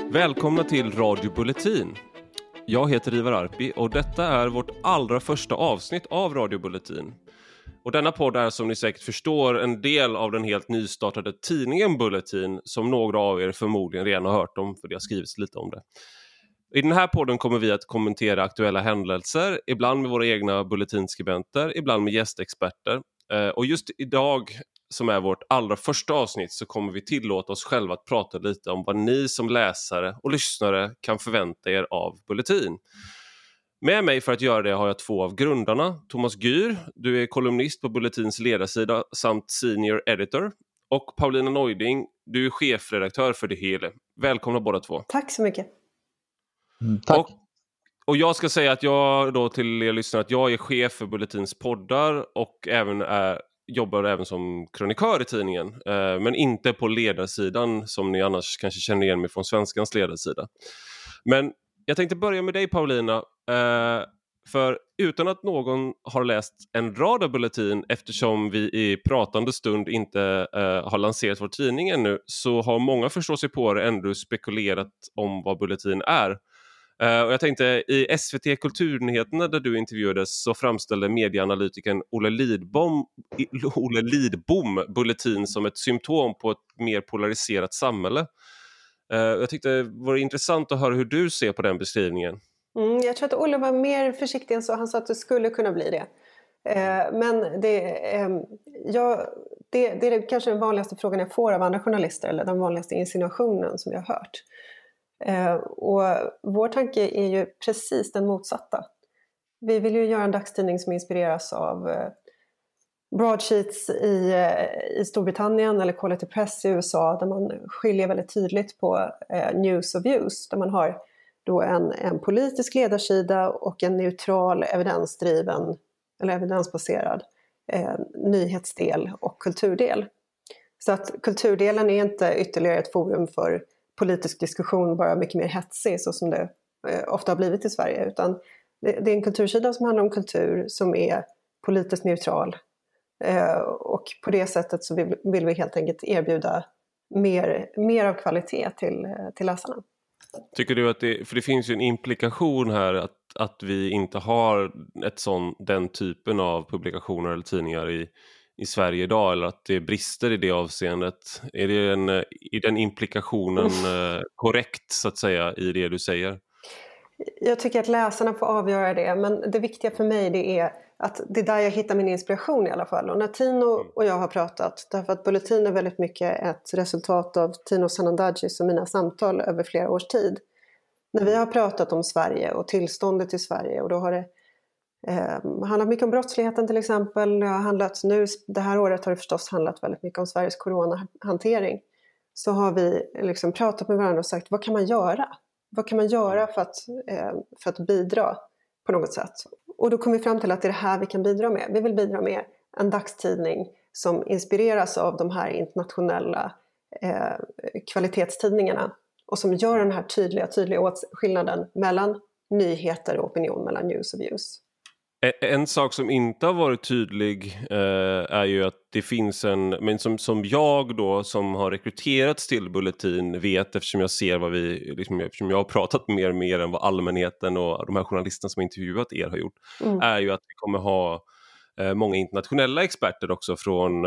Välkomna till Radio Bulletin. Jag heter Ivar Arpi och detta är vårt allra första avsnitt av Radio Bulletin. Och denna podd är, som ni säkert förstår, en del av den helt nystartade tidningen Bulletin som några av er förmodligen redan har hört om, för det har skrivits lite om det. I den här podden kommer vi att kommentera aktuella händelser, ibland med våra egna bulletinsskribenter, ibland med gästexperter. Och just idag, som är vårt allra första avsnitt, så kommer vi tillåta oss själva att prata lite om vad ni som läsare och lyssnare kan förvänta er av Bulletin. Med mig för att göra det har jag två av grundarna. Thomas Gyr, du är kolumnist på Bulletins ledarsida samt senior editor. Och Paulina Neuding, du är chefredaktör för Det Hele. Välkomna båda två. Tack så mycket. Tack. Och jag ska säga att jag då till er lyssnare att jag är chef för Bulletins poddar och jobbar även som krönikör i tidningen. Men inte på ledarsidan som ni annars kanske känner igen mig från Svenskans ledarsida. Men jag tänkte börja med dig, Paulina. För utan att någon har läst en rad av Bulletin, eftersom vi i pratande stund inte har lanserat vår tidning ännu, så har många förstås sig på det ändå spekulerat om vad Bulletin är. Och jag tänkte, i SVT Kulturnyheterna där du intervjuades så framställde medieanalytikern Olle Lidbom Bulletin som ett symptom på ett mer polariserat samhälle. Jag tyckte det var intressant att höra hur du ser på den beskrivningen. Jag tror att Olle var mer försiktig än så. Han sa att det skulle kunna bli det. Men det är kanske den vanligaste frågan jag får av andra journalister, eller den vanligaste insinuationen som jag har hört. Och vår tanke är ju precis den motsatta. Vi vill ju göra en dagstidning som inspireras av broadsheets i Storbritannien eller Quality Press i USA, där man skiljer väldigt tydligt på news och views, där man har då en politisk ledarsida och en neutral evidensdriven eller evidensbaserad nyhetsdel och kulturdel. Så att kulturdelen är inte ytterligare ett forum för politisk diskussion, bara mycket mer hetsig så som det ofta har blivit i Sverige, utan det är en kultursida som handlar om kultur som är politiskt neutral, och på det sättet så vill vi helt enkelt erbjuda mer av kvalitet till läsarna. Tycker du att för det finns ju en implikation här att vi inte har den typen av publikationer eller tidningar i Sverige idag, eller att det brister i det avseendet? Är den implikationen korrekt, så att säga, i det du säger? Jag tycker att läsarna får avgöra det, men det viktiga för mig det är att det är där jag hittar min inspiration i alla fall. Och när Tino och jag har pratat, därför att Bulletin är väldigt mycket ett resultat av Tino Sanandajis och mina samtal över flera års tid. När vi har pratat om Sverige och tillståndet i Sverige, och då har det handlat mycket om brottsligheten till exempel. Det här året har det förstås handlat väldigt mycket om Sveriges coronahantering. Så har vi liksom pratat med varandra och sagt, vad kan man göra? Vad kan man göra för att bidra på något sätt? Och då kom vi fram till att det är det här vi kan bidra med. Vi vill bidra med en dagstidning som inspireras av de här internationella kvalitetstidningarna och som gör den här tydliga åtskillnaden mellan nyheter och opinion, mellan news och views. En sak som inte har varit tydlig är ju att det finns men som jag då som har rekryterats till Bulletin vet, eftersom jag ser eftersom jag har pratat mer än vad allmänheten och de här journalisterna som har intervjuat er har gjort, är ju att vi kommer ha många internationella experter också från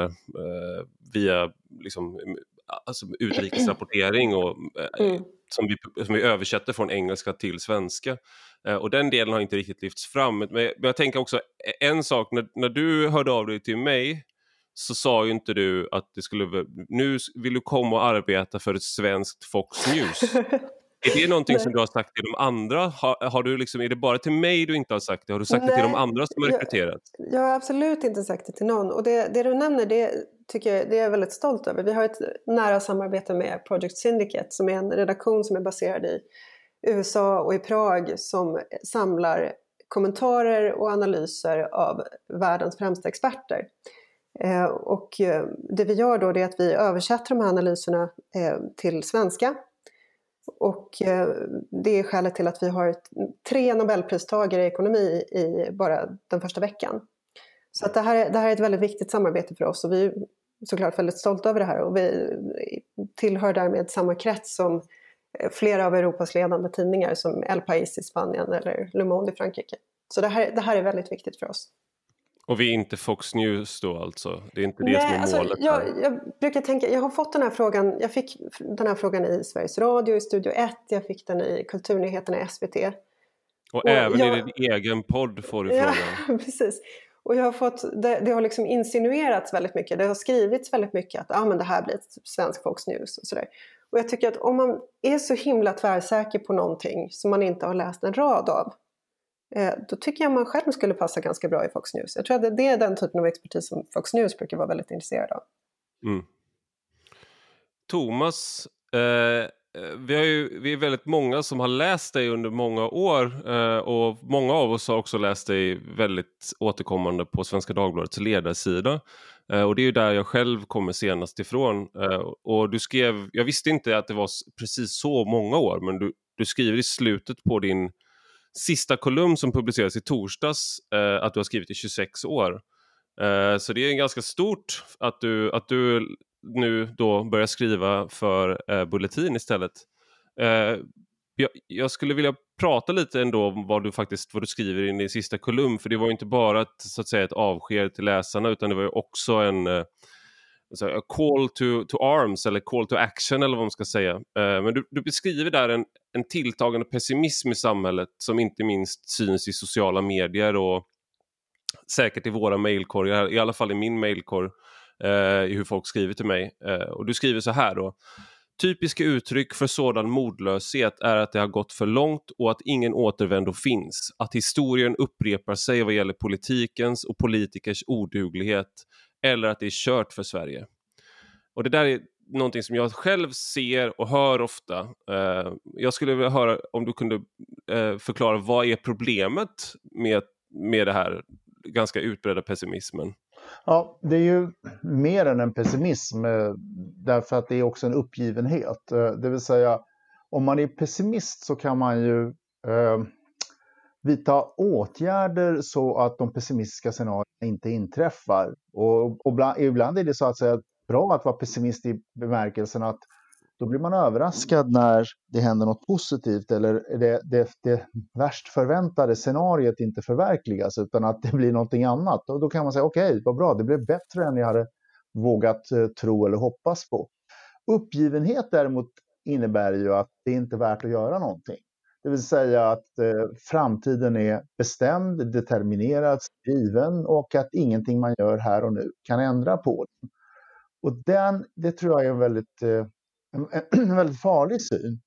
via liksom, alltså utrikesrapportering och som vi översätter från engelska till svenska. Och den delen har inte riktigt lyfts fram. Men jag tänker också en sak. När du hörde av dig till mig så sa ju inte du att nu vill du komma och arbeta för ett svenskt Fox News. Är det någonting som du har sagt till de andra? Har du är det bara till mig du inte har sagt det? Har du sagt det till de andra som har rekryterat? Jag har absolut inte sagt det till någon. Och det du nämner, det tycker jag, det är jag väldigt stolt över. Vi har ett nära samarbete med Project Syndicate, som är en redaktion som är baserad i USA och i Prag, som samlar kommentarer och analyser av världens främsta experter. Och det vi gör då är att vi översätter de här analyserna till svenska. Och det är skälet till att vi har 3 Nobelpristagare i ekonomi i bara den första veckan. Så att det här är ett väldigt viktigt samarbete för oss, och vi är såklart väldigt stolta över det här. Och vi tillhör därmed samma krets som flera av Europas ledande tidningar som El País i Spanien eller Le Monde i Frankrike. Så det här är väldigt viktigt för oss. Och vi är inte Fox News då alltså? Det är inte det Nej, som är alltså, målet här? jag brukar tänka, jag har fått den här frågan, jag fick den här frågan i Sveriges Radio, i Studio 1, jag fick den i Kulturnyheterna i SVT. Och även i din egen podd får du ja, frågan. Precis. Och jag har fått, det har liksom insinuerats väldigt mycket, det har skrivits väldigt mycket att men det här blir ett svensk Fox News och sådär. Och jag tycker att om man är så himla tvärsäker på någonting som man inte har läst en rad av, då tycker jag man själv skulle passa ganska bra i Fox News. Jag tror att det är den typen av expertis som Fox News brukar vara väldigt intresserad av. Mm. Thomas, vi är väldigt många som har läst dig under många år och många av oss har också läst dig väldigt återkommande på Svenska Dagbladets ledarsida. Och det är ju där jag själv kommer senast ifrån. Och du skrev, jag visste inte att det var precis så många år, men du skriver i slutet på din sista kolumn som publicerades i torsdags att du har skrivit i 26 år. Så det är ganska stort att du nu då börjar skriva för Bulletin istället. Jag skulle vilja prata lite ändå om vad du skriver i din sista kolumn, för det var ju inte bara ett avsked till läsarna, utan det var ju också en call to arms eller call to action eller vad man ska säga. Men du beskriver där en tilltagande pessimism i samhället som inte minst syns i sociala medier och säkert i våra mejlkorgar, i alla fall i min mejlkorg, i hur folk skriver till mig. Och du skriver så här då: typiska uttryck för sådan modlöshet är att det har gått för långt och att ingen återvändo finns. Att historien upprepar sig vad gäller politikens och politikers oduglighet, eller att det är kört för Sverige. Och det där är någonting som jag själv ser och hör ofta. Jag skulle vilja höra om du kunde förklara vad är problemet med det här ganska utbredda pessimismen? Ja, det är ju mer än en pessimism därför att det är också en uppgivenhet. Det vill säga, om man är pessimist så kan man ju vidta åtgärder så att de pessimistiska scenarierna inte inträffar. Och ibland är det så att säga bra att vara pessimist i bemärkelsen att då blir man överraskad när det händer något positivt eller det värst förväntade scenariet inte förverkligas utan att det blir någonting annat. Och då kan man säga okej, vad bra, det blev bättre än jag hade vågat tro eller hoppas på. Uppgivenhet däremot innebär ju att det inte är värt att göra någonting. Det vill säga att framtiden är bestämd, determinerad, skriven och att ingenting man gör här och nu kan ändra på den. Och det tror jag är en väldigt farlig syn.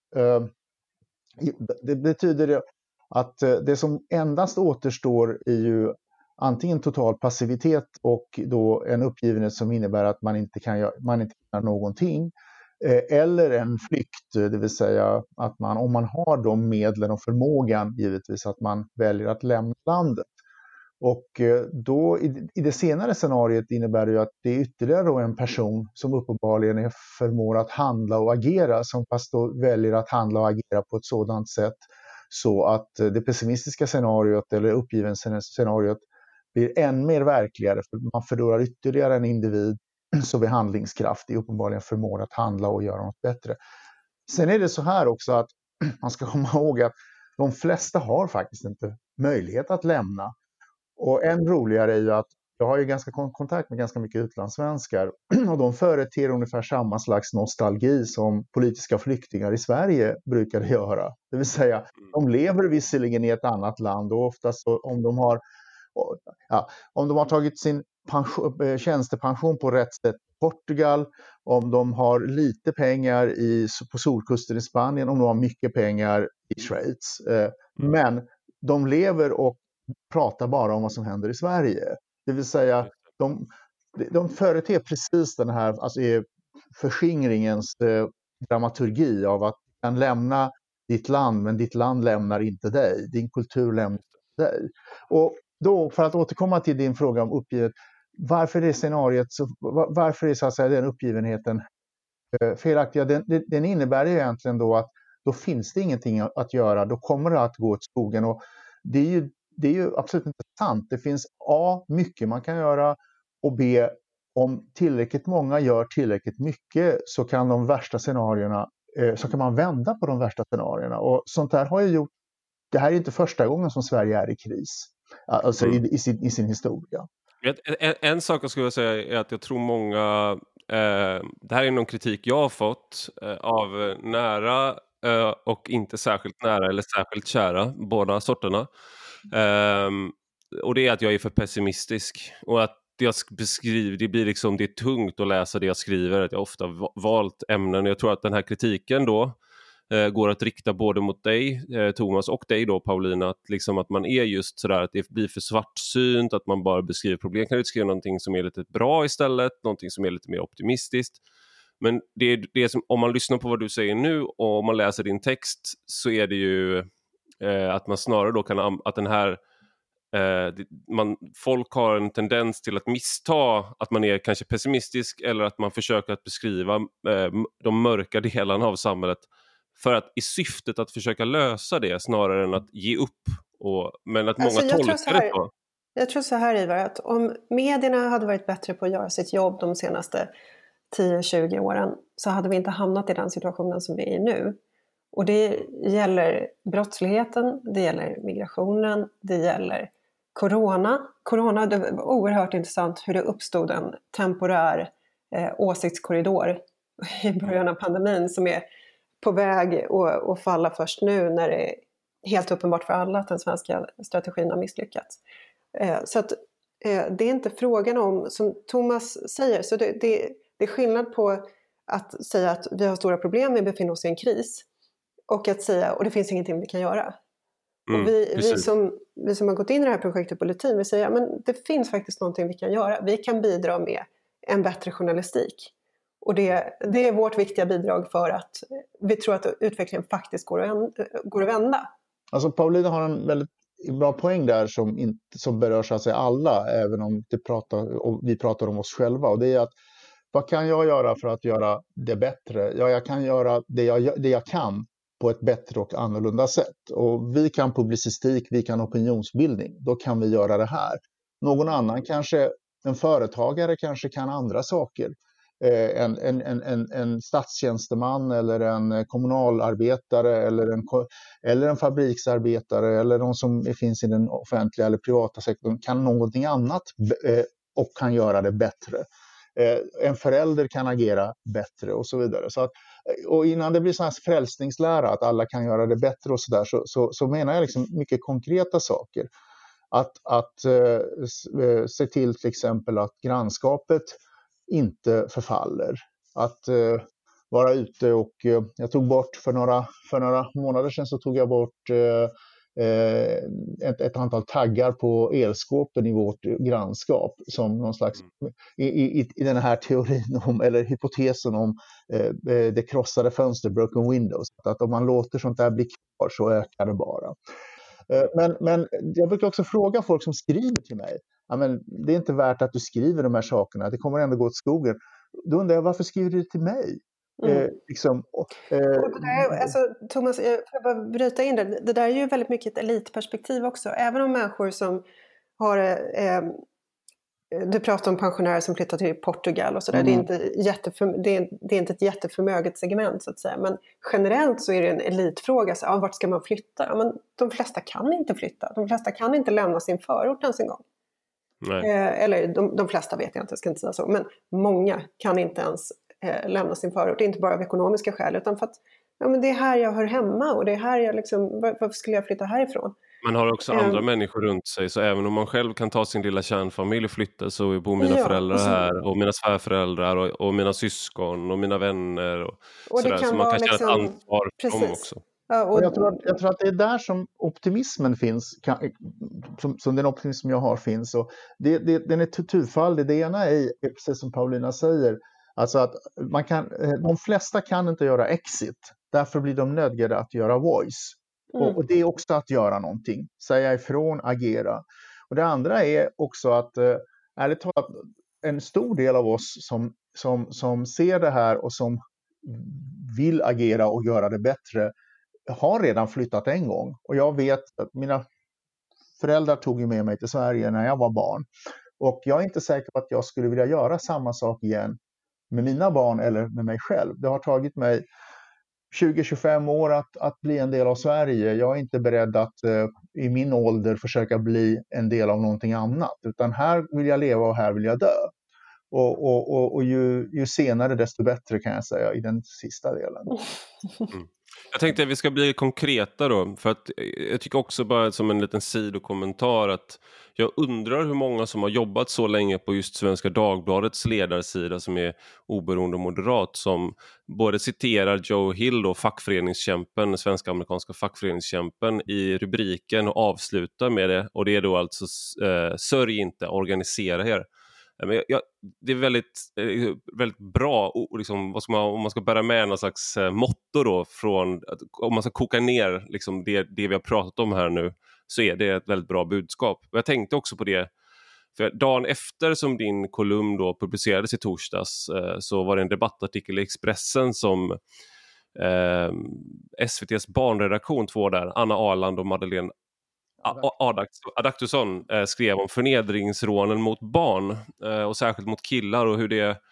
Det betyder att det som endast återstår är ju antingen total passivitet och då en uppgivenhet som innebär att man inte kan göra någonting. Eller en flykt, det vill säga att man, om man har de medlen och förmågan, givetvis att man väljer att lämna landet. Och då i det senare scenariot innebär det ju att det är ytterligare en person som uppenbarligen förmår att handla och agera, som fast då väljer att handla och agera på ett sådant sätt så att det pessimistiska scenariot eller uppgiven scenariot blir än mer verkligare, för man förlorar ytterligare en individ som är handlingskraftig, uppenbarligen förmår att handla och göra något bättre. Sen är det så här också att man ska komma ihåg att de flesta har faktiskt inte möjlighet att lämna. Och en roligare är ju att jag har ju ganska kontakt med ganska mycket utlandssvenskar och de företer ungefär samma slags nostalgi som politiska flyktingar i Sverige brukade göra. Det vill säga, de lever visserligen i ett annat land och oftast om de har tagit sin tjänstepension på rätt sätt i Portugal, om de har lite pengar på solkusten i Spanien, om de har mycket pengar i Schweiz. Men de lever och pratar bara om vad som händer i Sverige. Det vill säga, de företer precis den här förskingringens dramaturgi av att du kan lämna ditt land, men ditt land lämnar inte dig. Din kultur lämnar inte dig. Och då, för att återkomma till din fråga om uppgivenhet, varför är så att säga den uppgivenheten felaktiga? Den innebär ju egentligen då att då finns det ingenting att göra, då kommer det att gå åt skogen. Och det är ju absolut inte sant. Det finns A, mycket man kan göra, och B, om tillräckligt många gör tillräckligt mycket så kan de värsta scenarierna så kan man vända på de värsta scenarierna. Och sånt här har ju gjort, det här är inte första gången som Sverige är i kris, alltså i sin historia. En sak jag skulle säga är att jag tror många, det här är någon kritik jag har fått av nära och inte särskilt nära eller särskilt kära, båda sorterna. Och det är att jag är för pessimistisk och att jag beskriver, det blir liksom, det är tungt att läsa det jag skriver, att jag ofta valt ämnen. Jag tror att den här kritiken då går att rikta både mot dig Thomas och dig då Paulina, att, liksom att man är just sådär att det blir för svartsynt, att man bara beskriver problem. Kan du skriva någonting som är lite bra istället, någonting som är lite mer optimistiskt. Men det är som, om man lyssnar på vad du säger nu och om man läser din text, så är det ju att man snarare då kan, att den här folk har en tendens till att missta att man är kanske pessimistisk, eller att man försöker att beskriva de mörka delarna av samhället för att i syftet att försöka lösa det snarare än att ge upp. Men att många tolkar det så. Jag tror så här, Ivar, att om medierna hade varit bättre på att göra sitt jobb de senaste 10-20 åren, så hade vi inte hamnat i den situationen som vi är i nu. Och det gäller brottsligheten, det gäller migrationen, det gäller corona. Det var oerhört intressant hur det uppstod en temporär åsiktskorridor i början av pandemin som är på väg att falla först nu, när det är helt uppenbart för alla att den svenska strategin har misslyckats. Så att det är inte frågan om, som Thomas säger, så det är skillnad på att säga att vi har stora problem, vi befinner oss i en kris, och att säga, och det finns ingenting vi kan göra. Och vi som har gått in i det här projektet Bulletin, vi säger, men det finns faktiskt någonting vi kan göra. Vi kan bidra med en bättre journalistik. Och det är vårt viktiga bidrag för att vi tror att utvecklingen faktiskt går att vända. Alltså Paulina har en väldigt bra poäng där som berör så att säga alla, även om vi pratar om oss själva. Och det är att, vad kan jag göra för att göra det bättre? Ja, jag kan göra det jag kan på ett bättre och annorlunda sätt. Och vi kan publicistik, vi kan opinionsbildning. Då kan vi göra det här. Någon annan, kanske en företagare, kanske kan andra saker. En statstjänsteman eller en kommunalarbetare eller en fabriksarbetare eller någon som finns i den offentliga eller privata sektorn kan någonting annat och kan göra det bättre. En förälder kan agera bättre och så vidare. Så att, och innan det blir sån här frälsningslära att alla kan göra det bättre och sådär, så menar jag liksom mycket konkreta saker. Att se till exempel att grannskapet inte förfaller. Att vara ute och jag tog bort för några månader sedan, så tog jag bort ett antal taggar på elskåpen i vårt grannskap som någon slags i den här teorin om, eller hypotesen om det krossade fönster, broken windows, att om man låter sånt där bli kvar så ökar det bara. Men jag brukar också fråga folk som skriver till mig, ja, men det är inte värt att du skriver de här sakerna, det kommer ändå gå åt skogen. Då undrar jag, varför skriver du till mig? Och det där, alltså, Thomas, jag får bara bryta in det där är ju väldigt mycket ett elitperspektiv också. Även om människor som har du pratar om pensionärer som flyttar till Portugal och sådär, det är inte ett jätteförmöget segment så att säga, men generellt så är det en elitfråga, så, vart ska man flytta? Ja, men de flesta kan inte flytta, de flesta kan inte lämna sin förort ens en gång. Eller de flesta vet jag inte, jag ska inte säga så, men många kan inte ens lämna sin förort, inte bara av ekonomiska skäl, utan för att men det är här jag hör hemma och det är här jag liksom, varför skulle jag flytta härifrån? Man har också andra människor runt sig, så även om man själv kan ta sin lilla kärnfamilj och flytta, så bor mina föräldrar här och mina svärföräldrar och mina syskon och mina vänner och sådär, så man kan känna ett ansvar för dem också. Ja, och jag tror att det är där som optimismen finns, som den optimism jag har finns. Och den är tutufaldig. Det ena är, precis som Paulina säger, alltså att de flesta kan inte göra exit, därför blir de nödgade att göra voice. Och det är också att göra någonting, säga ifrån, agera. Och det andra är också att, ärligt talat, en stor del av oss som ser det här och som vill agera och göra det bättre har redan flyttat en gång. Och jag vet att mina föräldrar tog med mig till Sverige när jag var barn. Och jag är inte säker på att jag skulle vilja göra samma sak igen med mina barn eller med mig själv. Det har tagit mig 20-25 år att bli en del av Sverige. Jag är inte beredd att i min ålder försöka bli en del av någonting annat. Utan här vill jag leva och här vill jag dö. Och ju senare desto bättre, kan jag säga, i den sista delen. Mm. Jag tänkte att vi ska bli konkreta då, för att jag tycker också, bara som en liten sidokommentar, att jag undrar hur många som har jobbat så länge på just Svenska Dagbladets ledarsida, som är oberoende och moderat, som både citerar Joe Hill och fackföreningskämpen, svenska amerikanska fackföreningskämpen, i rubriken och avslutar med det, och det är då alltså sörj inte, organisera er. Men det är väldigt bra, liksom, om man ska bära med någon slags motto då, om man ska koka ner liksom det vi har pratat om här nu, så är det ett väldigt bra budskap. Och jag tänkte också på det, för dagen efter som din kolumn då publicerades i torsdags, så var det en debattartikel i Expressen som SVT:s barnredaktion, två där, Anna Arland och Madeleine Adaktusson, skrev om förnedringsrånen mot barn, och särskilt mot killar, och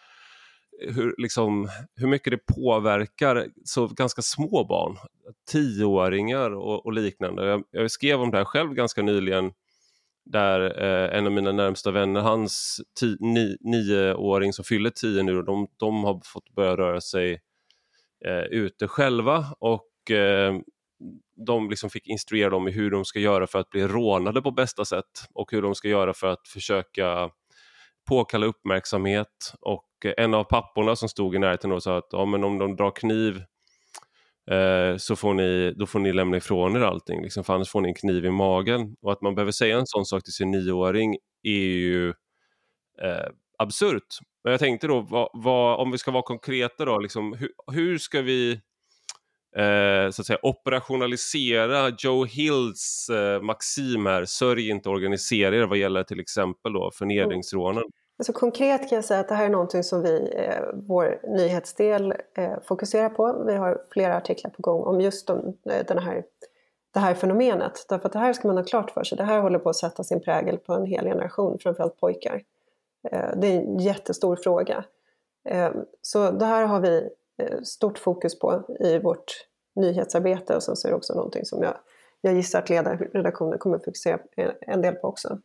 hur mycket det påverkar så ganska små barn, 10-åringar och liknande. Jag skrev om det här själv ganska nyligen, där en av mina närmsta vänner, hans 9-åring som fyller 10 nu, de har fått börja röra sig ute själva, och de liksom fick instruera dem i hur de ska göra för att bli rånade på bästa sätt, och hur de ska göra för att försöka påkalla uppmärksamhet. Och en av papporna som stod i närheten och sa att men om de drar kniv, så får ni lämna ifrån er allting, liksom, för annars får ni en kniv i magen. Och att man behöver säga en sån sak till sin 9-åring är ju absurt. Men jag tänkte då, om vi ska vara konkreta då, liksom, hur ska vi så att säga operationalisera Joe Hills maxim här, sörj inte, organisera er, vad gäller till exempel då förnedringsrånen? Alltså konkret kan jag säga att det här är någonting som vi, vår nyhetsdel, fokuserar på. Vi har flera artiklar på gång om just det här fenomenet. Därför att det här ska man ha klart för sig. Det här håller på att sätta sin prägel på en hel generation, framförallt pojkar. Det är en jättestor fråga. Så det här har vi stort fokus på i vårt nyhetsarbete, och sen så är det också någonting som jag gissar att ledarredaktionen kommer att fokusera en del på också.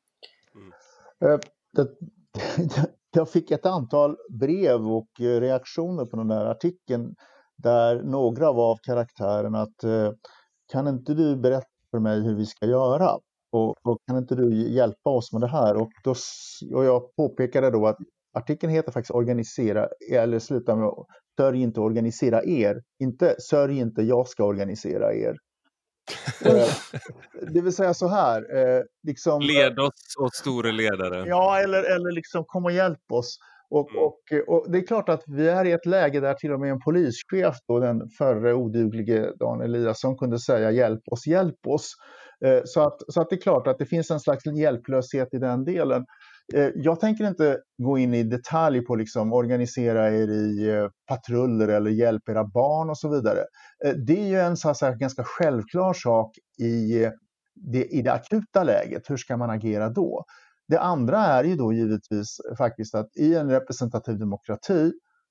Jag fick ett antal brev och reaktioner på den där artikeln, där några var av karaktären att kan inte du berätta för mig hur vi ska göra, och kan inte du hjälpa oss med det här? Och jag påpekade då att artikeln heter faktiskt organisera, eller sluta med sörj inte, organisera er. Inte sörj inte, jag ska organisera er. Det vill säga så här. Liksom, led oss åt store ledare. Ja, eller liksom kom och hjälp oss. Och det är klart att vi är i ett läge där till och med en polischef, då, den förre oduglige Dan Eliasson, kunde säga hjälp oss. Så att det är klart att det finns en slags hjälplöshet i den delen. Jag tänker inte gå in i detalj på liksom organisera er i patruller eller hjälpa era barn och så vidare. Det är ju en så här ganska självklar sak i det akuta läget. Hur ska man agera då? Det andra är ju då givetvis faktiskt att i en representativ demokrati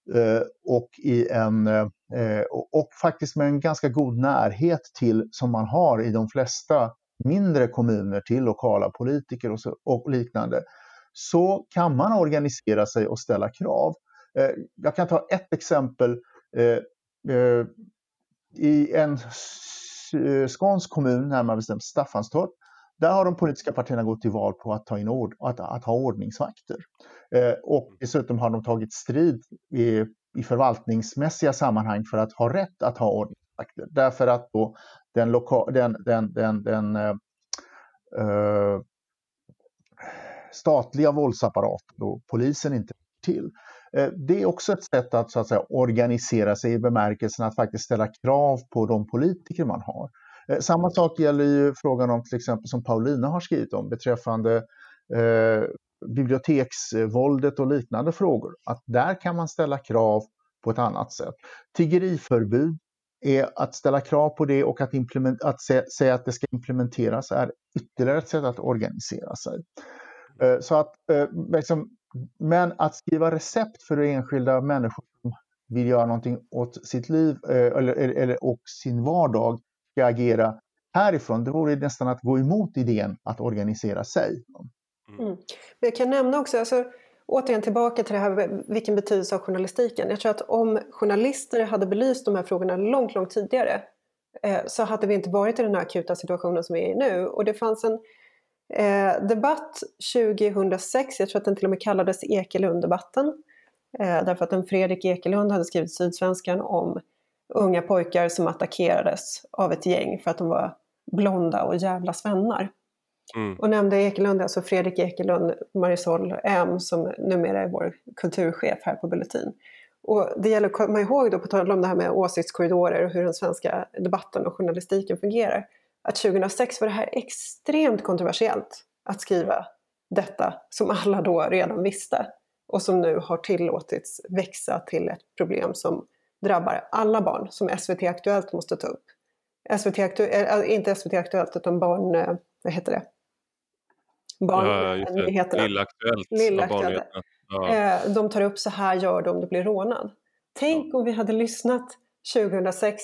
och faktiskt med en ganska god närhet till, som man har i de flesta mindre kommuner, till lokala politiker och liknande, så kan man organisera sig och ställa krav. Jag kan ta ett exempel. I en skånsk kommun, närmare bestämt Staffanstorp, där har de politiska partierna gått till val på att att ha ordningsvakter. Och dessutom har de tagit strid i förvaltningsmässiga sammanhang för att ha rätt att ha ordningsvakter. Därför att då den statliga våldsapparaten, då polisen, inte till. Det är också ett sätt att, så att säga, organisera sig i bemärkelsen att faktiskt ställa krav på de politiker man har. Samma sak gäller ju frågan om, till exempel, som Paulina har skrivit om beträffande biblioteksvåldet och liknande frågor. Att där kan man ställa krav på ett annat sätt. Tiggeriförbud är att ställa krav på det, och att säga att det ska implementeras är ytterligare ett sätt att organisera sig. Så att, liksom, men att skriva recept för enskilda människor som vill göra någonting åt sitt liv och sin vardag ska agera härifrån. Det vore nästan att gå emot idén att organisera sig. Men jag kan nämna också, återigen tillbaka till det här, vilken betydelse av journalistiken. Jag tror att om journalister hade belyst de här frågorna långt tidigare så hade vi inte varit i den här akuta situationen som vi är i nu. Och det fanns en debatt 2006, jag tror att den till och med kallades Ekelund-debatten. Därför att en Fredrik Ekelund hade skrivit Sydsvenskan om unga pojkar som attackerades av ett gäng för att de var blonda och jävla svennar. Och nämnde Ekelund, alltså Fredrik Ekelund, Marisol M, som numera är vår kulturchef här på Bulletin. Och det gäller att komma ihåg då, på tal om det här med åsiktskorridorer och hur den svenska debatten och journalistiken fungerar, att 2006 var det här extremt kontroversiellt att skriva detta som alla då redan visste och som nu har tillåtits växa till ett problem som drabbar alla barn, som SVT Aktuellt måste ta upp. Inte SVT Aktuellt utan barn, vad heter det? Barnnyheterna. Lilla Aktuellt. Ja. De tar upp så här gör de om du blir rånad. Tänk om vi hade lyssnat 2006,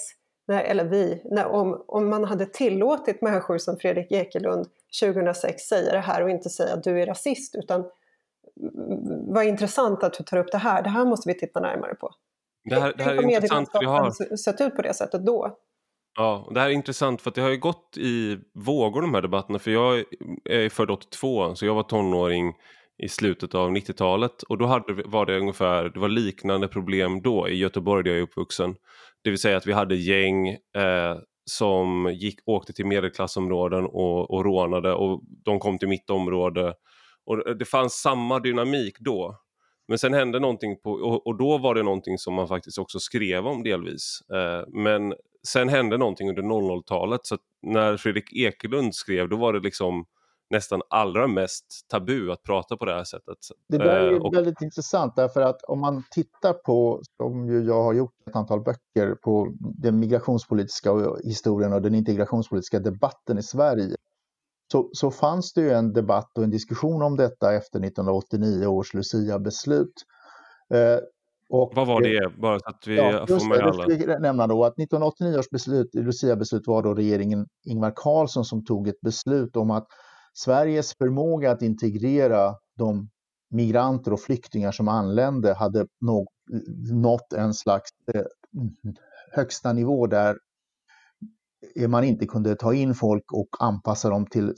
om man hade tillåtit människor som Fredrik Ekelund 2006 säga det här och inte säga att du är rasist, utan vad intressant att du tar upp det här måste vi titta närmare på. Det här är intressant för jag har sett ut på det sättet då. Ja, det här är intressant för att det har ju gått i vågor de här debatterna, för jag är född 82 så jag var tonåring i slutet av 90-talet och då det var liknande problem då i Göteborg där jag är uppvuxen. Det vill säga att vi hade gäng som åkte till medelklassområden och rånade, och de kom till mitt område och det fanns samma dynamik då. Men sen hände någonting och då var det någonting som man faktiskt också skrev om delvis. Men sen hände någonting under 00-talet, så att när Fredrik Ekelund skrev då var det liksom nästan allra mest tabu att prata på det här sättet. Det där är ju väldigt intressant, därför att om man tittar på, som ju jag har gjort ett antal böcker på den migrationspolitiska historien och den integrationspolitiska debatten i Sverige, så fanns det ju en debatt och en diskussion om detta efter 1989 års Lucia-beslut. Vad var det? Bara så att vi får med alla. Jag skulle nämna då att 1989 års Lucia-beslut var då regeringen Ingvar Carlsson som tog ett beslut om att Sveriges förmåga att integrera de migranter och flyktingar som anlände hade nått en slags högsta nivå där man inte kunde ta in folk och anpassa dem till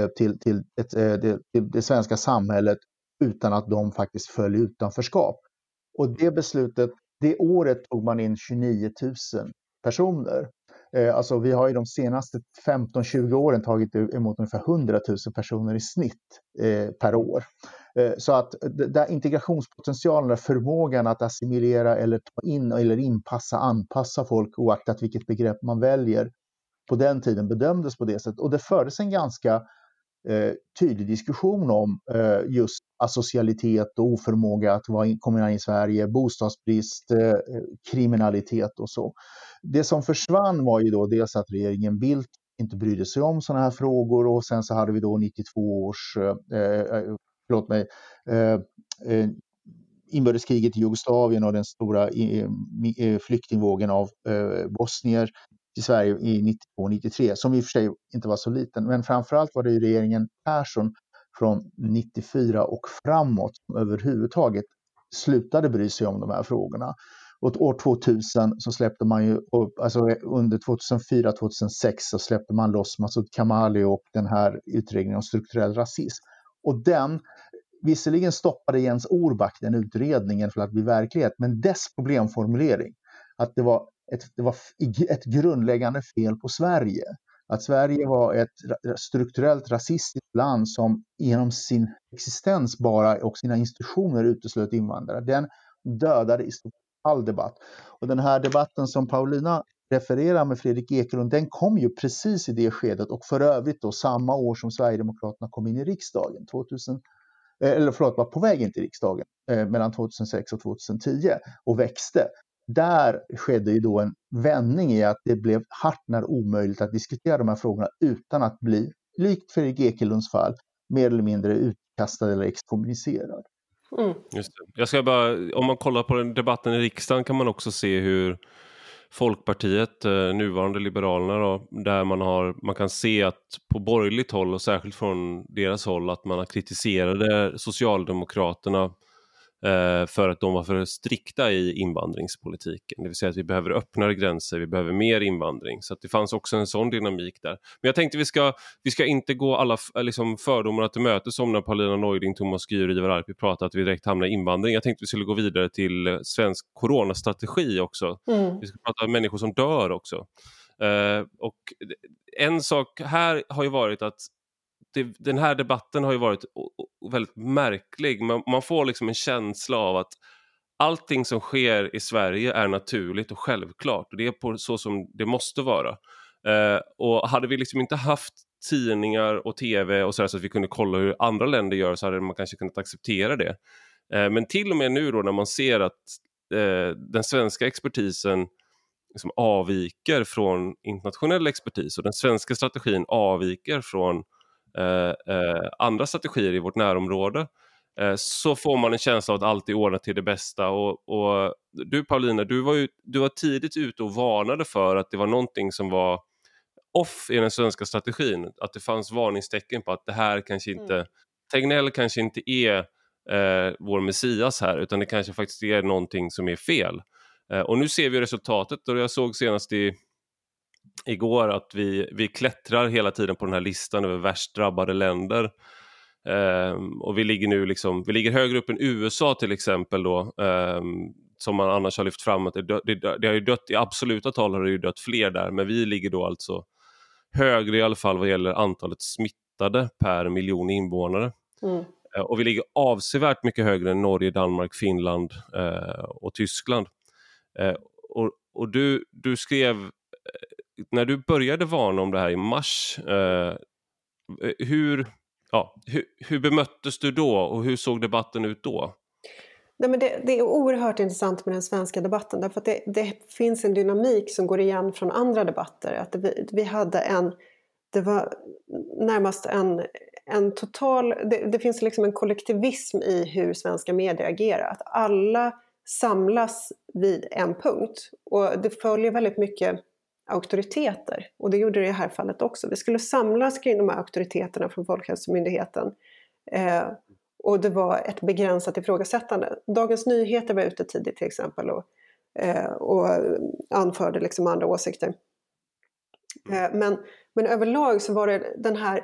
det svenska samhället utan att de faktiskt föll i utanförskap. Och det beslutet, det året tog man in 29 000 personer. Alltså vi har i de senaste 15-20 åren tagit emot ungefär 100 000 personer i snitt per år. Så att där integrationspotentialen, förmågan att assimilera eller ta in eller anpassa folk oaktat vilket begrepp man väljer, på den tiden bedömdes på det sättet. Och det fördes en ganska tydlig diskussion om just asocialitet och oförmåga att komma in i Sverige, bostadsbrist, kriminalitet och så. Det som försvann var ju då dels att regeringen Bildt inte brydde sig om sådana här frågor, och sen så hade vi då 92 års inbördeskriget i Jugoslavien och den stora flyktingvågen av bosnier i Sverige i 92-93, som i och för sig inte var så liten, men framförallt var det ju regeringen Persson från 94 och framåt som överhuvudtaget slutade bry sig om de här frågorna. Och år 2000 så släppte man ju, alltså under 2004-2006 så släppte man loss Masoud Kamali och den här utredningen om strukturell rasism. Och den, visserligen stoppade Jens Orback den utredningen för att bli verklighet, men dess problemformulering, att det var ett grundläggande fel på Sverige. Att Sverige var ett strukturellt rasistiskt land som genom sin existens bara och sina institutioner uteslöt invandrare. Den dödade i stort all debatt. Och den här debatten som Paulina refererar med Fredrik Ekelund, den kom ju precis i det skedet, och för övrigt då samma år som Sverigedemokraterna kom in i riksdagen, var på väg in till riksdagen mellan 2006 och 2010 och växte. Där skedde ju då en vändning i att det blev hart när omöjligt att diskutera de här frågorna utan att bli, likt Fredrik Ekelunds fall, mer eller mindre utkastad eller exkommunicerad. Just det. Jag ska bara, om man kollar på den debatten i riksdagen kan man också se hur Folkpartiet, nuvarande Liberalerna då, där man kan se att på borgerligt håll och särskilt från deras håll att man har kritiserade Socialdemokraterna för att de var för strikta i invandringspolitiken. Det vill säga att vi behöver öppnare gränser, vi behöver mer invandring. Så att det fanns också en sån dynamik där. Men jag tänkte vi ska inte gå alla liksom fördomar till möte som när Paulina Neuding, Thomas Gür och Ivar Arpi pratade att vi direkt hamnar i invandring. Jag tänkte vi skulle gå vidare till svensk coronastrategi också. Vi ska prata om människor som dör också. Och en sak här har ju varit att den här debatten har ju varit väldigt märklig. Man får liksom en känsla av att allting som sker i Sverige är naturligt och självklart. Och det är på så som det måste vara. Och hade vi liksom inte haft tidningar och tv och så att vi kunde kolla hur andra länder gör så hade man kanske kunnat acceptera det. Men till och med nu då när man ser att den svenska expertisen liksom avviker från internationell expertis och den svenska strategin avviker från andra strategier i vårt närområde, så får man en känsla av att allt är ordnat till det bästa. Och du Paulina, du var tidigt ute och varnade för att det var någonting som var off i den svenska strategin, att det fanns varningstecken på att det här kanske inte Tegnell kanske inte är vår messias här, utan det kanske faktiskt är någonting som är fel. Och nu ser vi resultatet, och jag såg senast igår att vi klättrar hela tiden på den här listan över värst drabbade länder. Och vi ligger nu vi ligger högre upp än USA till exempel då, som man annars har lyft fram att det har ju dött, i absoluta tal har det ju dött fler där, men vi ligger då alltså högre i alla fall vad gäller antalet smittade per miljon invånare. Och vi ligger avsevärt mycket högre än Norge, Danmark, Finland och Tyskland. Och du skrev, när du började varna om det här i mars, hur bemöttes du då och hur såg debatten ut då? Nej, men det är oerhört intressant med den svenska debatten, därför att det finns en dynamik som går igen från andra debatter. Att vi hade det var närmast en total, det finns liksom en kollektivism i hur svenska medier agerar. Att alla samlas vid en punkt, och det följer väldigt mycket auktoriteter, och det gjorde det i det här fallet också. Vi skulle samlas kring de här auktoriteterna från Folkhälsomyndigheten, och det var ett begränsat ifrågasättande. Dagens Nyheter var ute tidigt till exempel och anförde liksom andra åsikter. Men överlag så var det den här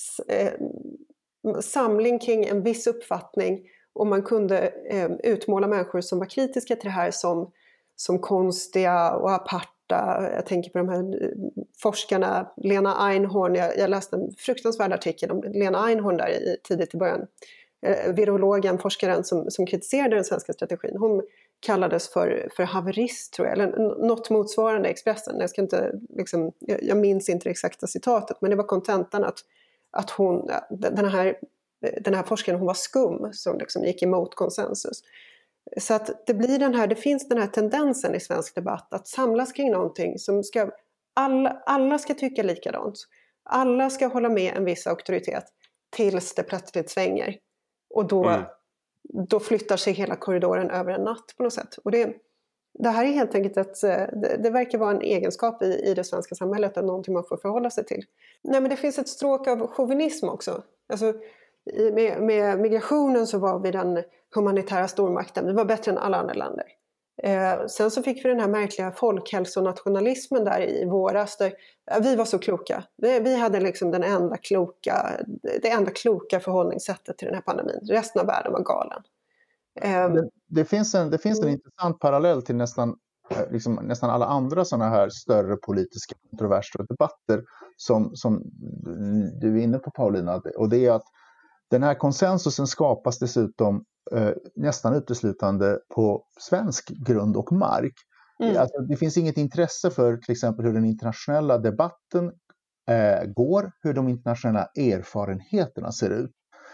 samling kring en viss uppfattning, och man kunde utmåla människor som var kritiska till det här som konstiga och aparta. Jag tänker på de här forskarna, Lena Einhorn, jag läste en fruktansvärd artikel om Lena Einhorn där tidigt i början. Virologen, forskaren som kritiserade den svenska strategin. Hon kallades för haverist, tror jag, eller något motsvarande Expressen. Jag minns inte det exakta citatet, men det var kontentan att hon, den här forskaren, hon var skum som liksom gick emot konsensus. Så att det finns den här tendensen i svensk debatt att samlas kring någonting som alla ska tycka likadant. Alla ska hålla med en viss auktoritet tills det plötsligt svänger. Och då flyttar sig hela korridoren över en natt på något sätt. Och det här är helt enkelt det verkar vara en egenskap i det svenska samhället, och någonting man får förhålla sig till. Nej, men det finns ett stråk av chauvinism också. Alltså, med migrationen så var vi den humanitära stormakten. Vi var bättre än alla andra länder. Sen så fick vi den här märkliga folkhälsonationalismen där i våras. Där vi var så kloka. Vi hade liksom det enda kloka förhållningssättet till den här pandemin. Resten av världen var galen. Det finns en intressant parallell till nästan alla andra sådana här större politiska kontroverser och debatter som du är inne på, Paulina. Och det är att den här konsensusen skapas dessutom nästan uteslutande på svensk grund och mark. Alltså, det finns inget intresse för till exempel hur den internationella debatten går, hur de internationella erfarenheterna ser ut.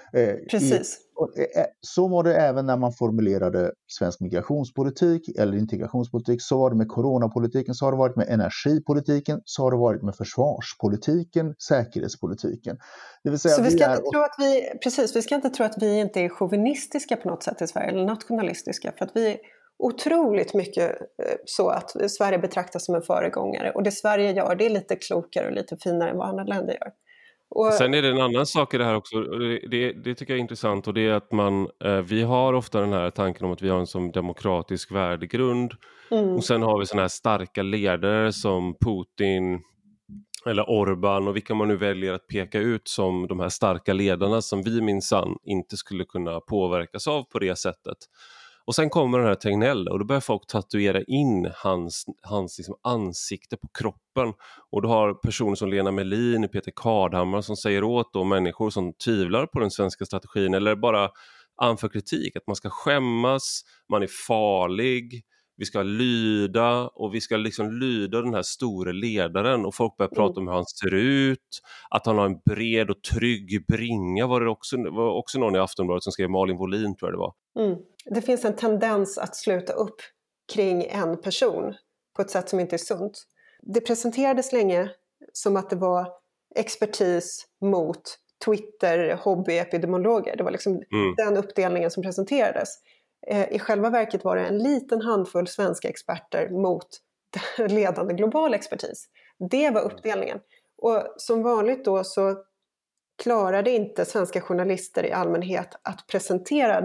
Precis. Så var det även när man formulerade svensk migrationspolitik eller integrationspolitik. Så var det med coronapolitiken, så har det varit med energipolitiken, så har det varit med försvarspolitiken, säkerhetspolitiken. Det vill säga så vi ska inte tro att vi inte är chauvinistiska på något sätt i Sverige eller nationalistiska, för att vi är otroligt mycket så att Sverige betraktas som en föregångare, och det Sverige gör, det är lite klokare och lite finare än vad andra länder gör. Och sen är det en annan sak i det här också, det tycker jag är intressant, och det är att vi har ofta den här tanken om att vi har en som demokratisk värdegrund, och sen har vi såna här starka ledare som Putin eller Orban och vilka man nu väljer att peka ut som de här starka ledarna som vi minsann inte skulle kunna påverkas av på det sättet. Och sen kommer den här Tegnell och då börjar folk tatuera in hans liksom ansikte på kroppen. Och du har personer som Lena Melin, Peter Kardhammar som säger åt då människor som tvivlar på den svenska strategin eller bara anför kritik att man ska skämmas, man är farlig, vi ska lyda och vi ska liksom lyda den här stora ledaren, och folk börjar prata om hur han ser ut, att han har en bred och trygg bringa, var också någon i Aftonbladet som skrev, Malin Wollin tror jag det var. Det finns en tendens att sluta upp kring en person på ett sätt som inte är sunt. Det presenterades länge som att det var expertis mot Twitter-hobbyepidemiologer. Det var liksom den uppdelningen som presenterades. I själva verket var det en liten handfull svenska experter mot ledande global expertis. Det var uppdelningen. Och som vanligt då så klarade inte svenska journalister i allmänhet att presentera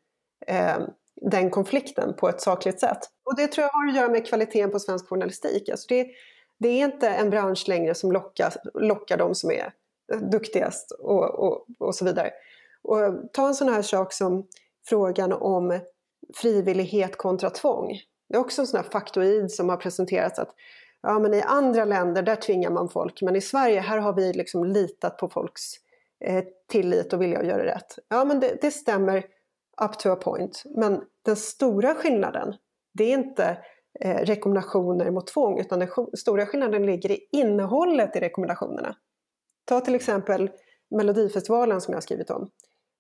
den konflikten på ett sakligt sätt. Och det tror jag har att göra med kvaliteten på svensk journalistik. Alltså det är inte en bransch längre som lockar de som är duktigast och så vidare. Och ta en sån här sak som frågan om frivillighet kontra tvång. Det är också en sån här faktoid som har presenterats att ja, men i andra länder där tvingar man folk, men i Sverige här har vi liksom litat på folks tillit och vilja att göra rätt. Ja, men det stämmer up to a point. Men den stora skillnaden, det är inte rekommendationer mot tvång, utan den stora skillnaden ligger i innehållet i rekommendationerna. Ta till exempel Melodifestivalen som jag har skrivit om.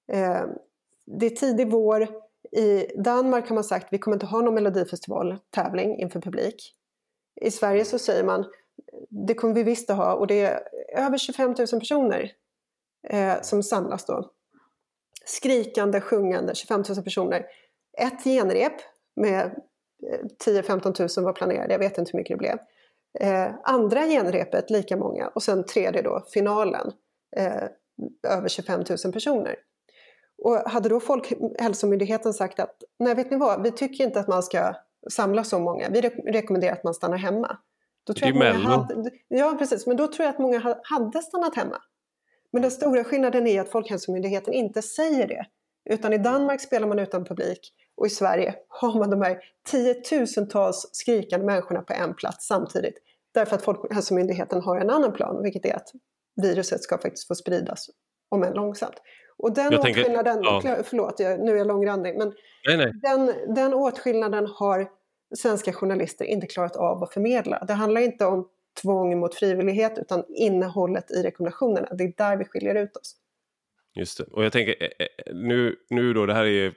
Det är tidig vår. I Danmark har man sagt att vi kommer inte ha någon Melodifestival-tävling inför publik. I Sverige så säger man det kommer vi visst att ha, och det är över 25 000 personer som samlas då. Skrikande, sjungande, 25 000 personer. Ett genrep med 10-15 000 var planerade, jag vet inte hur mycket det blev. Andra genrepet lika många, och sen tredje då, finalen, över 25 000 personer. Och hade då Folkhälsomyndigheten sagt att nej, vet ni vad, vi tycker inte att man ska samla så många, vi rekommenderar att man stannar hemma. Då tror jag att många ja, precis, men då tror jag att många hade stannat hemma. Men den stora skillnaden är att Folkhälsomyndigheten inte säger det. Utan i Danmark spelar man utan publik, och i Sverige har man de här 10-tusentals skrikande människorna på en plats samtidigt. Därför att Folkhälsomyndigheten har en annan plan, vilket är att viruset ska faktiskt få spridas, om än långsamt. Och den åtskillnaden, förlåt, nu är jag långrandig, men den åtskillnaden har svenska journalister inte klarat av att förmedla. Det handlar inte om tvång mot frivillighet, utan innehållet i rekommendationerna. Det är där vi skiljer ut oss. Just det. Och jag tänker, nu då, det här är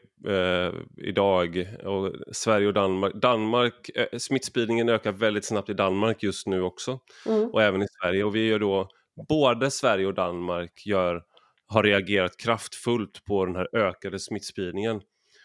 idag, och Sverige och Danmark, smittspridningen ökar väldigt snabbt i Danmark just nu också, och även i Sverige. Och vi gör då, både Sverige och Danmark har reagerat kraftfullt på den här ökade smittspridningen.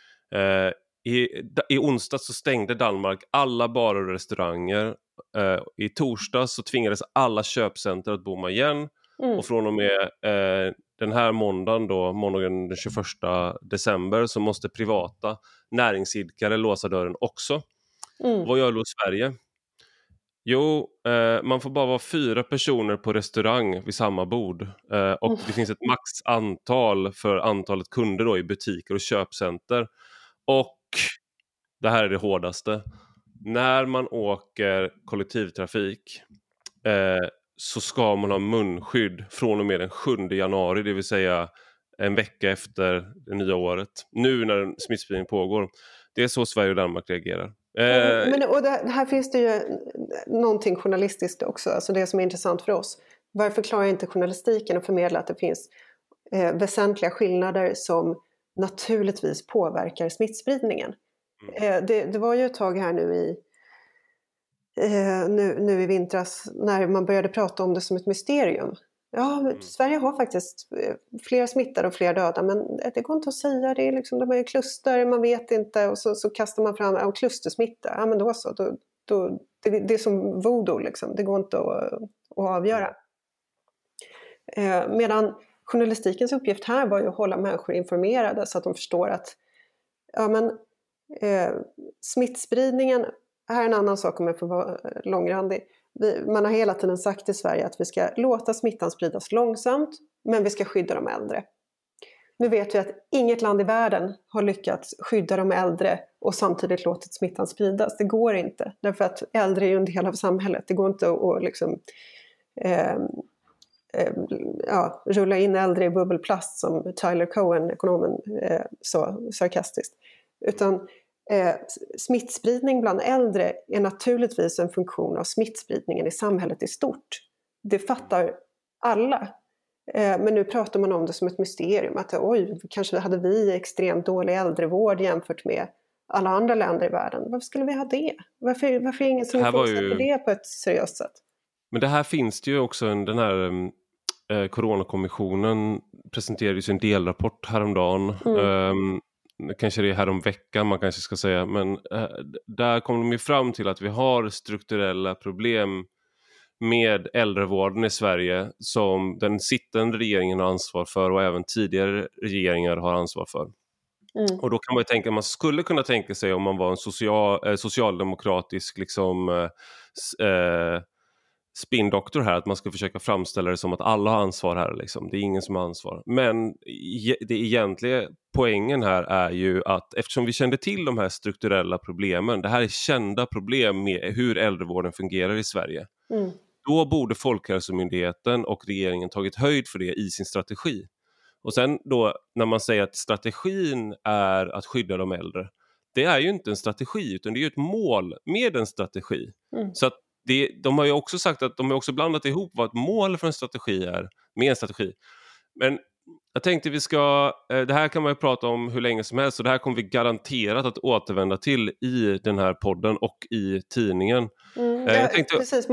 I onsdag så stängde Danmark alla barer och restauranger. I torsdag så tvingades alla köpcenter att bomma igen. Och från och med den här måndagen den 21 december, så måste privata näringsidkare låsa dörren också. Vad gör då Sverige? Jo, man får bara vara 4 personer på restaurang vid samma bord. Och det finns ett maxantal för antalet kunder då i butiker och köpcenter. Och det här är det hårdaste. När man åker kollektivtrafik så ska man ha munskydd från och med den 7 januari, det vill säga en vecka efter det nya året. Nu när smittspridning pågår. Det är så Sverige och Danmark reagerar. Och här finns det ju någonting journalistiskt också, alltså det som är intressant för oss. Varför klarar inte journalistiken att förmedla att det finns väsentliga skillnader som naturligtvis påverkar smittspridningen. Det var ju ett tag här nu i vintras när man började prata om det som ett mysterium. Ja, Sverige har faktiskt fler smittade och fler döda, men det går inte att säga. Det är liksom, de är kluster, man vet inte, och så kastar man fram klustersmitta. Ja, men då så. Det är som voodoo, liksom. Det går inte att avgöra. Medan journalistikens uppgift här var ju att hålla människor informerade så att de förstår att smittspridningen, här är en annan sak om jag får vara långrandig. Man har hela tiden sagt i Sverige att vi ska låta smittan spridas långsamt, men vi ska skydda de äldre. Nu vet vi att inget land i världen har lyckats skydda de äldre och samtidigt låtit smittan spridas. Det går inte, därför att äldre är ju en del av samhället. Det går inte att liksom, rulla in äldre i bubbelplast som Tyler Cohen, ekonomen, så sarkastiskt. Utan smittspridning bland äldre är naturligtvis en funktion av smittspridningen i samhället i stort. Det fattar alla. Men nu pratar man om det som ett mysterium. Att kanske hade vi extremt dålig äldrevård jämfört med alla andra länder i världen. Varför skulle vi ha det? Varför är ingen som ifrågasätter det på ett seriöst sätt? Men det här finns det ju också, den här Coronakommissionen presenterade ju sin delrapport häromdagen. Kanske det är här om veckan man kanske ska säga, men där kom de ju fram till att vi har strukturella problem med äldrevården i Sverige som den sittande regeringen har ansvar för och även tidigare regeringar har ansvar för. Och då kan man ju tänka, man skulle kunna tänka sig om man var en socialdemokratisk liksom spindoktor här, att man ska försöka framställa det som att alla har ansvar här liksom. Det är ingen som har ansvar. Men det egentliga poängen här är ju att eftersom vi kände till de här strukturella problemen, det här är kända problem med hur äldrevården fungerar i Sverige. Då borde Folkhälsomyndigheten och regeringen tagit höjd för det i sin strategi. Och sen då när man säger att strategin är att skydda de äldre, det är ju inte en strategi utan det är ju ett mål med en strategi. Så att de har ju också sagt att de har också blandat ihop vad ett mål för en strategi är med en strategi. Men jag tänkte det här kan man ju prata om hur länge som helst, och det här kommer vi garanterat att återvända till i den här podden och i tidningen. Precis,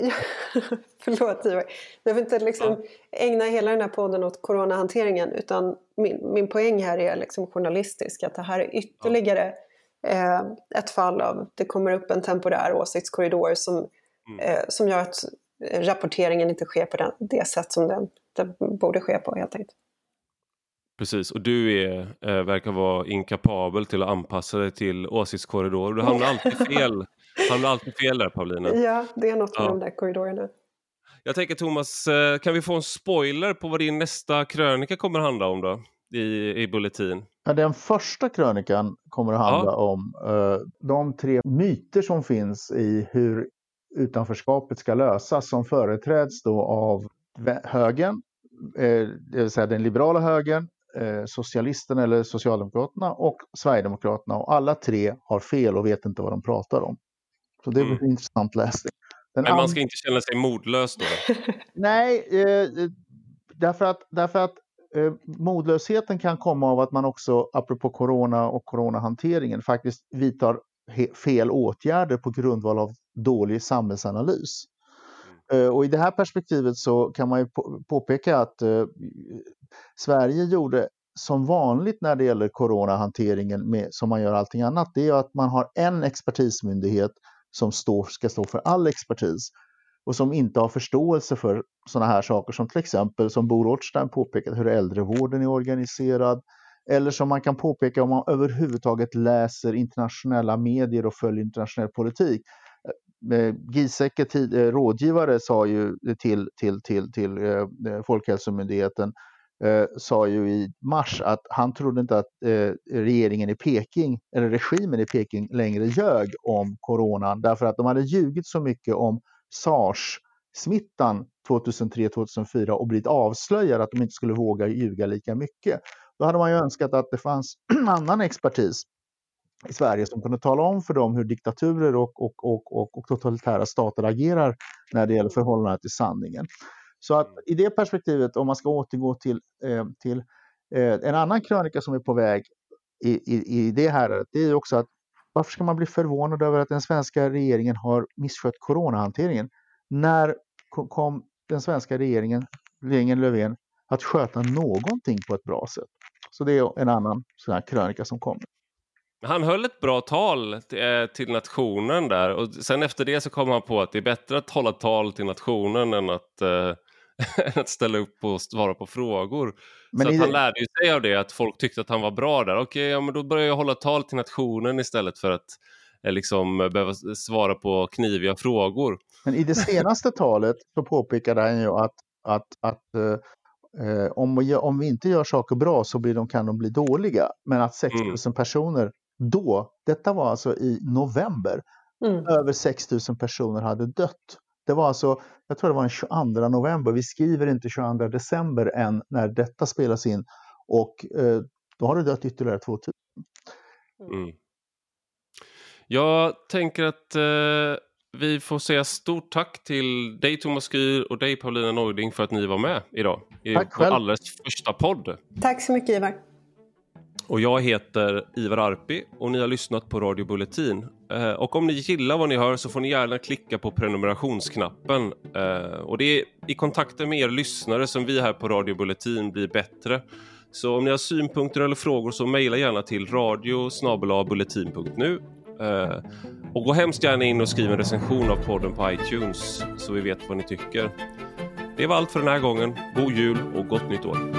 förlåt Ivar. Jag vill inte liksom ägna hela den här podden åt coronahanteringen, utan min poäng här är liksom journalistisk, att det här är ytterligare ett fall av, det kommer upp en temporär åsiktskorridor som gör att rapporteringen inte sker på det sätt som den borde ske på, helt enkelt. Precis, och du verkar vara inkapabel till att anpassa dig till åsiktskorridor. Du hamnar alltid fel där, Paulina. Ja, det är något med de där korridorerna. Jag tänker, Thomas, kan vi få en spoiler på vad din nästa krönika kommer att handla om då i Bulletin? Ja, den första krönikan kommer att handla om de 3 myter som finns i hur utanförskapet ska lösas, som företräds då av högern, det vill säga den liberala högern, socialisterna eller Socialdemokraterna och Sverigedemokraterna, och alla 3 har fel och vet inte vad de pratar om. Så det blir en intressant läsning. Men man ska inte känna sig modlös då? Nej, därför att modlösheten kan komma av att man också, apropå corona och coronahanteringen, faktiskt vidtar fel åtgärder på grundval av dålig samhällsanalys. Och i det här perspektivet så kan man ju påpeka att Sverige gjorde som vanligt när det gäller coronahanteringen, som man gör allting annat, det är att man har en expertismyndighet som ska stå för all expertis och som inte har förståelse för sådana här saker som till exempel, som Bo Rothstein påpekat, hur äldrevården är organiserad, eller som man kan påpeka om man överhuvudtaget läser internationella medier och följer internationell politik. Giesecke, rådgivare, sa ju till Folkhälsomyndigheten, sa ju i mars att han trodde inte att regeringen i Peking eller regimen i Peking längre ljög om coronan, därför att de hade ljugit så mycket om SARS-smittan 2003-2004 och blivit avslöjade att de inte skulle våga ljuga lika mycket. Då hade man ju önskat att det fanns annan expertis i Sverige som kunde tala om för dem hur diktaturer och totalitära stater agerar när det gäller förhållanden till sanningen. Så att i det perspektivet, om man ska återgå till en annan krönika som är på väg i det här, det är också att varför ska man bli förvånad över att den svenska regeringen har misskött coronahanteringen? När kom den svenska regeringen Löfven att sköta någonting på ett bra sätt? Så det är en annan sån här krönika som kommer. Han höll ett bra tal till nationen där, och sen efter det så kom han på att det är bättre att hålla tal till nationen än att ställa upp och svara på frågor. Men så att han lärde ju sig av det, att folk tyckte att han var bra där. Okej, ja, men då börjar jag hålla tal till nationen istället för att liksom behöva svara på kniviga frågor. Men i det senaste talet så påpekade han ju att om vi inte gör saker bra så kan de bli dåliga. Men att 6 000 personer detta var alltså i november, över 6 000 personer hade dött. Det var alltså, jag tror det var den 22 november. Vi skriver inte 22 december än när detta spelas in. Och då har det dött ytterligare 2 000. Jag tänker att vi får säga stort tack till dig Thomas Gür och dig Paulina Neuding för att ni var med idag. Tack själv. På alldeles första podd. Tack så mycket Ivar. Och jag heter Ivar Arpi och ni har lyssnat på Radio Bulletin. Och om ni gillar vad ni hör så får ni gärna klicka på prenumerationsknappen. Och det är i kontakten med er lyssnare som vi här på Radio Bulletin blir bättre. Så om ni har synpunkter eller frågor så mejla gärna till radio@bulletin.nu. Och gå hemskt gärna in och skriv en recension av podden på iTunes så vi vet vad ni tycker. Det var allt för den här gången. God jul och gott nytt år.